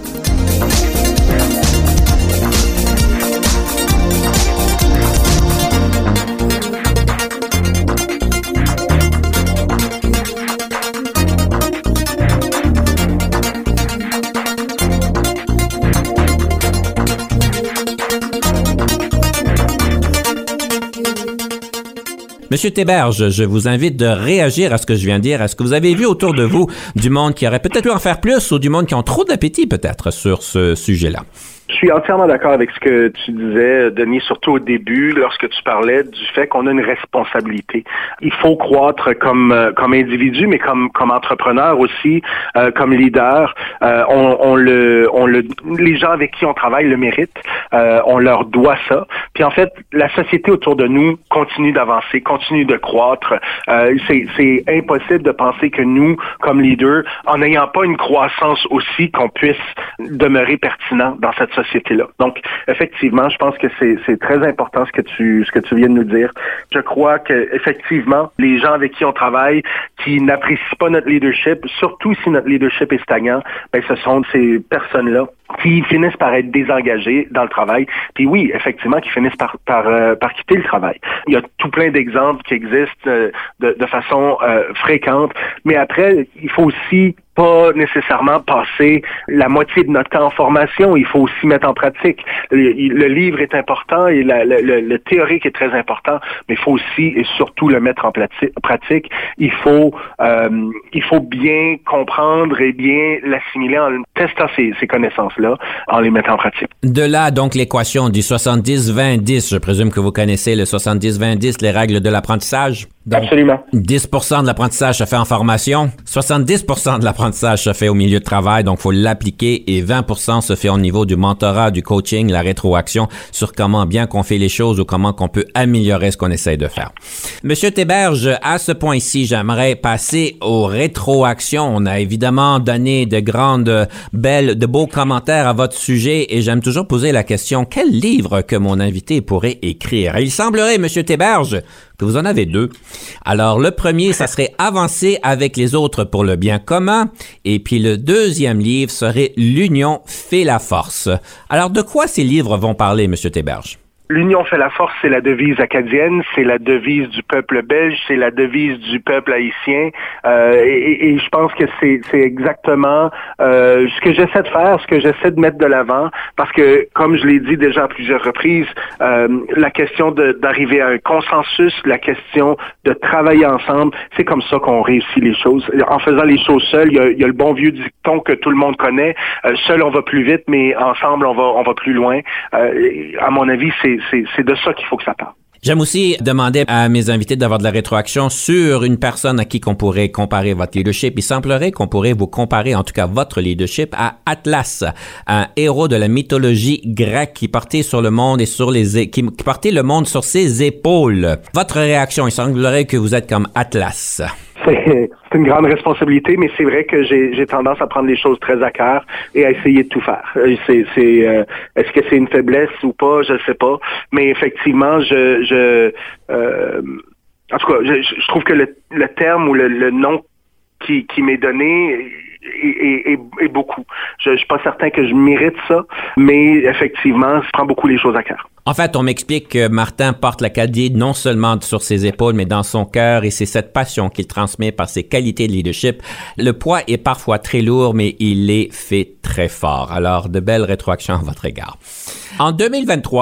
Monsieur Théberge, je vous invite de réagir à ce que je viens de dire. Est-ce que vous avez vu autour de vous du monde qui aurait peut-être pu en faire plus ou du monde qui ont trop d'appétit peut-être sur ce sujet-là? Je suis entièrement d'accord avec ce que tu disais, Denis, surtout au début, lorsque tu parlais du fait qu'on a une responsabilité. Il faut croître comme comme individu, mais comme comme entrepreneur aussi, euh, comme leader. Euh, on, on le, on le, les gens avec qui on travaille le méritent. Euh, on leur doit ça. Puis en fait, la société autour de nous continue d'avancer, continue de croître. Euh, c'est, c'est impossible de penser que nous, comme leaders, en n'ayant pas une croissance aussi, qu'on puisse demeurer pertinent dans cette société-là. Donc, effectivement, je pense que c'est, c'est très important ce que tu, ce que tu viens de nous dire. Je crois que, effectivement, les gens avec qui on travaille, qui n'apprécient pas notre leadership, surtout si notre leadership est stagnant, ben, ce sont ces personnes-là qui finissent par être désengagés dans le travail. Puis oui, effectivement, qui finissent par par, euh, par quitter le travail. Il y a tout plein d'exemples qui existent euh, de, de façon euh, fréquente. Mais après, il faut aussi pas nécessairement passer la moitié de notre temps en formation. Il faut aussi mettre en pratique. Le, le livre est important et la, le, le, le théorique est très important, mais il faut aussi et surtout le mettre en pratique. Il faut euh, il faut bien comprendre et bien l'assimiler en testant ces, ces connaissances-là, en les mettant en pratique. De là, donc, l'équation du soixante-dix vingt dix. Je présume que vous connaissez le soixante-dix vingt dix, les règles de l'apprentissage. Donc, absolument. dix pour cent de l'apprentissage se fait en formation, soixante-dix pour cent de l'apprentissage se fait au milieu de travail, donc il faut l'appliquer, et vingt pour cent se fait au niveau du mentorat, du coaching, la rétroaction sur comment bien qu'on fait les choses ou comment qu'on peut améliorer ce qu'on essaie de faire. Monsieur Théberge, à ce point-ci, j'aimerais passer aux rétroactions. On a évidemment donné de grandes, belles, de beaux commentaires à votre sujet et j'aime toujours poser la question, quel livre que mon invité pourrait écrire? Il semblerait, Monsieur Théberge, que vous en avez deux. Alors, le premier, ça serait Avancer avec les autres pour le bien commun. Et puis, le deuxième livre serait L'union fait la force. Alors, de quoi ces livres vont parler, Monsieur Théberge? L'union fait la force, c'est la devise acadienne, c'est la devise du peuple belge, c'est la devise du peuple haïtien. Euh, et, et je pense que c'est, c'est exactement euh, ce que j'essaie de faire, ce que j'essaie de mettre de l'avant, parce que, comme je l'ai dit déjà à plusieurs reprises, euh, la question de, d'arriver à un consensus, la question de travailler ensemble, c'est comme ça qu'on réussit les choses. En faisant les choses seules, il y a, il y a le bon vieux dicton que tout le monde connaît, euh, seul on va plus vite, mais ensemble on va on va plus loin. Euh, à mon avis, c'est C'est, c'est de ça qu'il faut que ça parle. J'aime aussi demander à mes invités d'avoir de la rétroaction sur une personne à qui qu'on pourrait comparer votre leadership. Il semblerait qu'on pourrait vous comparer, en tout cas votre leadership, à Atlas, un héros de la mythologie grecque qui portait sur le monde et sur les qui, qui portait le monde sur ses épaules. Votre réaction, il semblerait que vous êtes comme Atlas. C'est, c'est une grande responsabilité, mais c'est vrai que j'ai, j'ai tendance à prendre les choses très à cœur et à essayer de tout faire. C'est, c'est, euh, est-ce que c'est une faiblesse ou pas? Je ne sais pas. Mais effectivement, je, je, euh, en tout cas, je, je trouve que le, le terme ou le, le nom qui, qui m'est donné est, est, est beaucoup. Je, je suis pas certain que je mérite ça, mais effectivement, je prends beaucoup les choses à cœur. En fait, on m'explique que Martin porte l'Acadie non seulement sur ses épaules, mais dans son cœur, et c'est cette passion qu'il transmet par ses qualités de leadership. Le poids est parfois très lourd, mais il est fait très fort. Alors, de belles rétroactions à votre égard. En deux mille vingt-trois,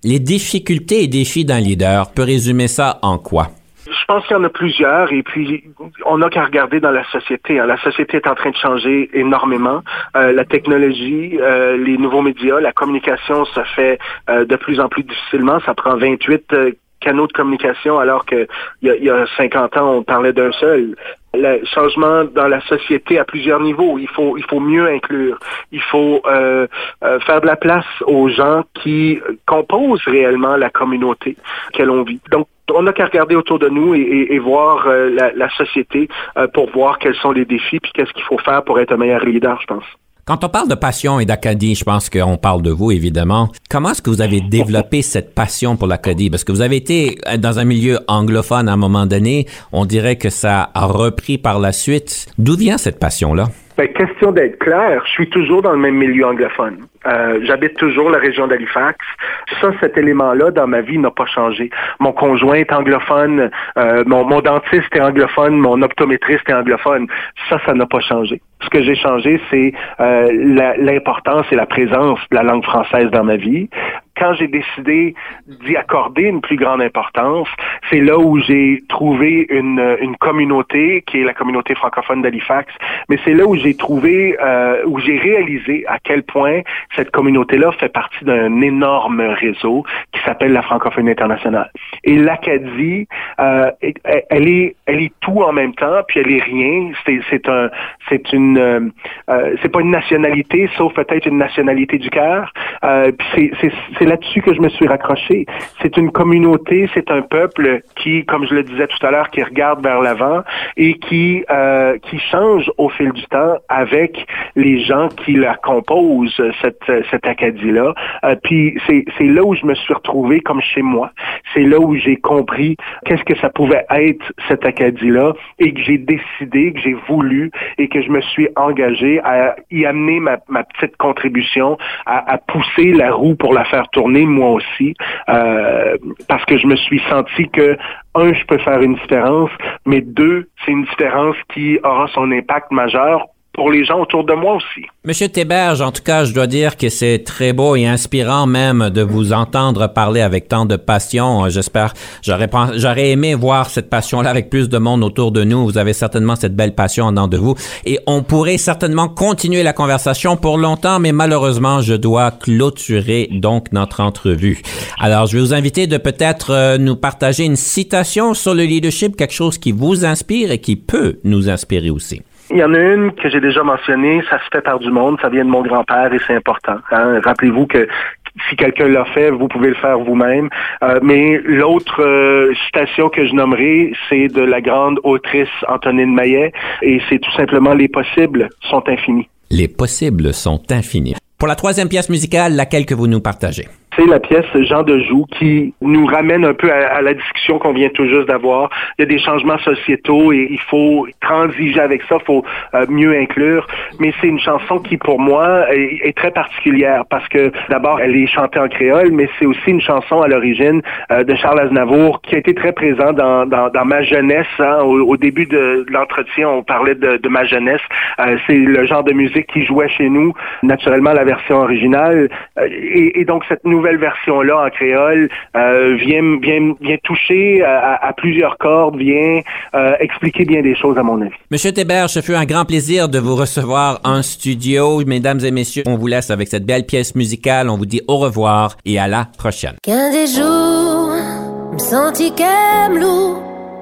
Les difficultés et défis d'un leader, peut résumer ça en quoi? Je pense qu'il y en a plusieurs et puis on n'a qu'à regarder dans la société. Hein. La société est en train de changer énormément. Euh, la technologie, euh, les nouveaux médias, la communication se fait euh, de plus en plus difficilement. Ça prend vingt-huit euh, canaux de communication alors que il y a, il y a cinquante ans, on parlait d'un seul. Le changement dans la société à plusieurs niveaux. Il faut, il faut mieux inclure. Il faut euh, euh, faire de la place aux gens qui composent réellement la communauté que l'on vit. Donc, on n'a qu'à regarder autour de nous et, et, et voir euh, la, la société euh, pour voir quels sont les défis puis qu'est-ce qu'il faut faire pour être un meilleur leader, je pense. Quand on parle de passion et d'Acadie, je pense qu'on parle de vous, évidemment. Comment est-ce que vous avez développé cette passion pour l'Acadie? Parce que vous avez été dans un milieu anglophone à un moment donné. On dirait que ça a repris par la suite. D'où vient cette passion-là? Ben, question d'être clair, je suis toujours dans le même milieu anglophone. Euh, j'habite toujours la région d'Halifax. Ça, cet élément-là dans ma vie n'a pas changé. Mon conjoint est anglophone, euh, mon, mon dentiste est anglophone, mon optométriste est anglophone. Ça, ça n'a pas changé. Ce que j'ai changé, c'est euh, la, l'importance et la présence de la langue française dans ma vie. Quand j'ai décidé d'y accorder une plus grande importance, c'est là où j'ai trouvé une, une communauté qui est la communauté francophone d'Halifax, mais c'est là où j'ai trouvé, euh, où j'ai réalisé à quel point cette communauté-là fait partie d'un énorme réseau qui s'appelle la Francophonie internationale. Et l'Acadie, euh, elle est, elle est tout en même temps, puis elle est rien. C'est, c'est un, c'est une, euh, c'est pas une nationalité, sauf peut-être une nationalité du cœur. Euh, puis c'est, c'est, c'est là-dessus que je me suis raccroché. C'est une communauté, c'est un peuple qui, comme je le disais tout à l'heure, qui regarde vers l'avant et qui, euh, qui change au fil du temps avec les gens qui la composent, cette, cette Acadie-là. Euh, puis c'est, c'est là où je me suis retrouvé comme chez moi. C'est là où j'ai compris qu'est-ce que ça pouvait être, cette Acadie-là, et que j'ai décidé, que j'ai voulu et que je me suis engagé à y amener ma, ma petite contribution, à, à pousser la roue pour la faire tourner, moi aussi, euh, parce que je me suis senti que, un, je peux faire une différence, mais deux, c'est une différence qui aura son impact majeur pour les gens autour de moi aussi. Monsieur Théberge, en tout cas, je dois dire que c'est très beau et inspirant même de vous entendre parler avec tant de passion. J'espère, j'aurais, j'aurais aimé voir cette passion-là avec plus de monde autour de nous. Vous avez certainement cette belle passion en dedans de vous et on pourrait certainement continuer la conversation pour longtemps, mais malheureusement, je dois clôturer donc notre entrevue. Alors, je vais vous inviter de peut-être euh, nous partager une citation sur le leadership, quelque chose qui vous inspire et qui peut nous inspirer aussi. Il y en a une que j'ai déjà mentionnée, ça se fait par du monde, ça vient de mon grand-père et c'est important. Hein? Rappelez-vous que si quelqu'un l'a fait, vous pouvez le faire vous-même. Euh, mais l'autre euh, citation que je nommerai, c'est de la grande autrice Antonine Maillet et c'est tout simplement « Les possibles sont infinis ». Les possibles sont infinis. Pour la troisième pièce musicale, laquelle que vous nous partagez? C'est la pièce Jean de Joux qui nous ramène un peu à, à la discussion qu'on vient tout juste d'avoir. Il y a des changements sociétaux et il faut transiger avec ça, il faut euh, mieux inclure. Mais c'est une chanson qui, pour moi, est, est très particulière parce que, d'abord, elle est chantée en créole, mais c'est aussi une chanson à l'origine euh, de Charles Aznavour qui a été très présent dans, dans, dans ma jeunesse. Hein. Au, au début de, de l'entretien, on parlait de, de ma jeunesse. Euh, c'est le genre de musique qui jouait chez nous, naturellement la version originale. Euh, et, et donc, cette nouvelle nouvelle version-là en créole euh, vient, vient, vient toucher à, à plusieurs cordes, vient euh, expliquer bien des choses à mon avis. Monsieur Théberge, ce fut un grand plaisir de vous recevoir en studio. Mesdames et messieurs, on vous laisse avec cette belle pièce musicale. On vous dit au revoir et à la prochaine. Qu'un des jours, me senti comme loup,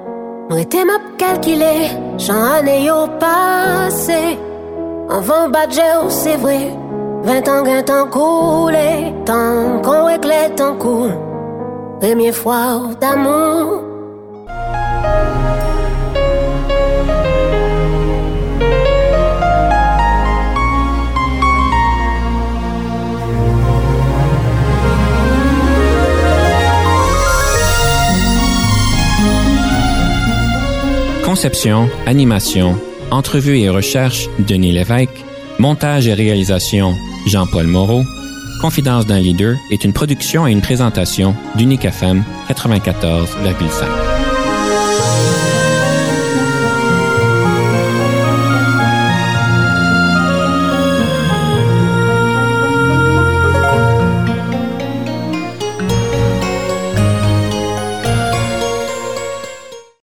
moi t'es m'a calculé, j'en ai au passé, avant badger c'est vrai. Vingt ans, vingt ans coulé, tant qu'on éclate, tant cool. Première fois d'amour. Conception, animation, entrevue et recherche, Denis Lévesque. Montage et réalisation, Jean-Paul Moreau. Confidence d'un leader est une production et une présentation d'Unique F M quatre-vingt-quatorze virgule cinq.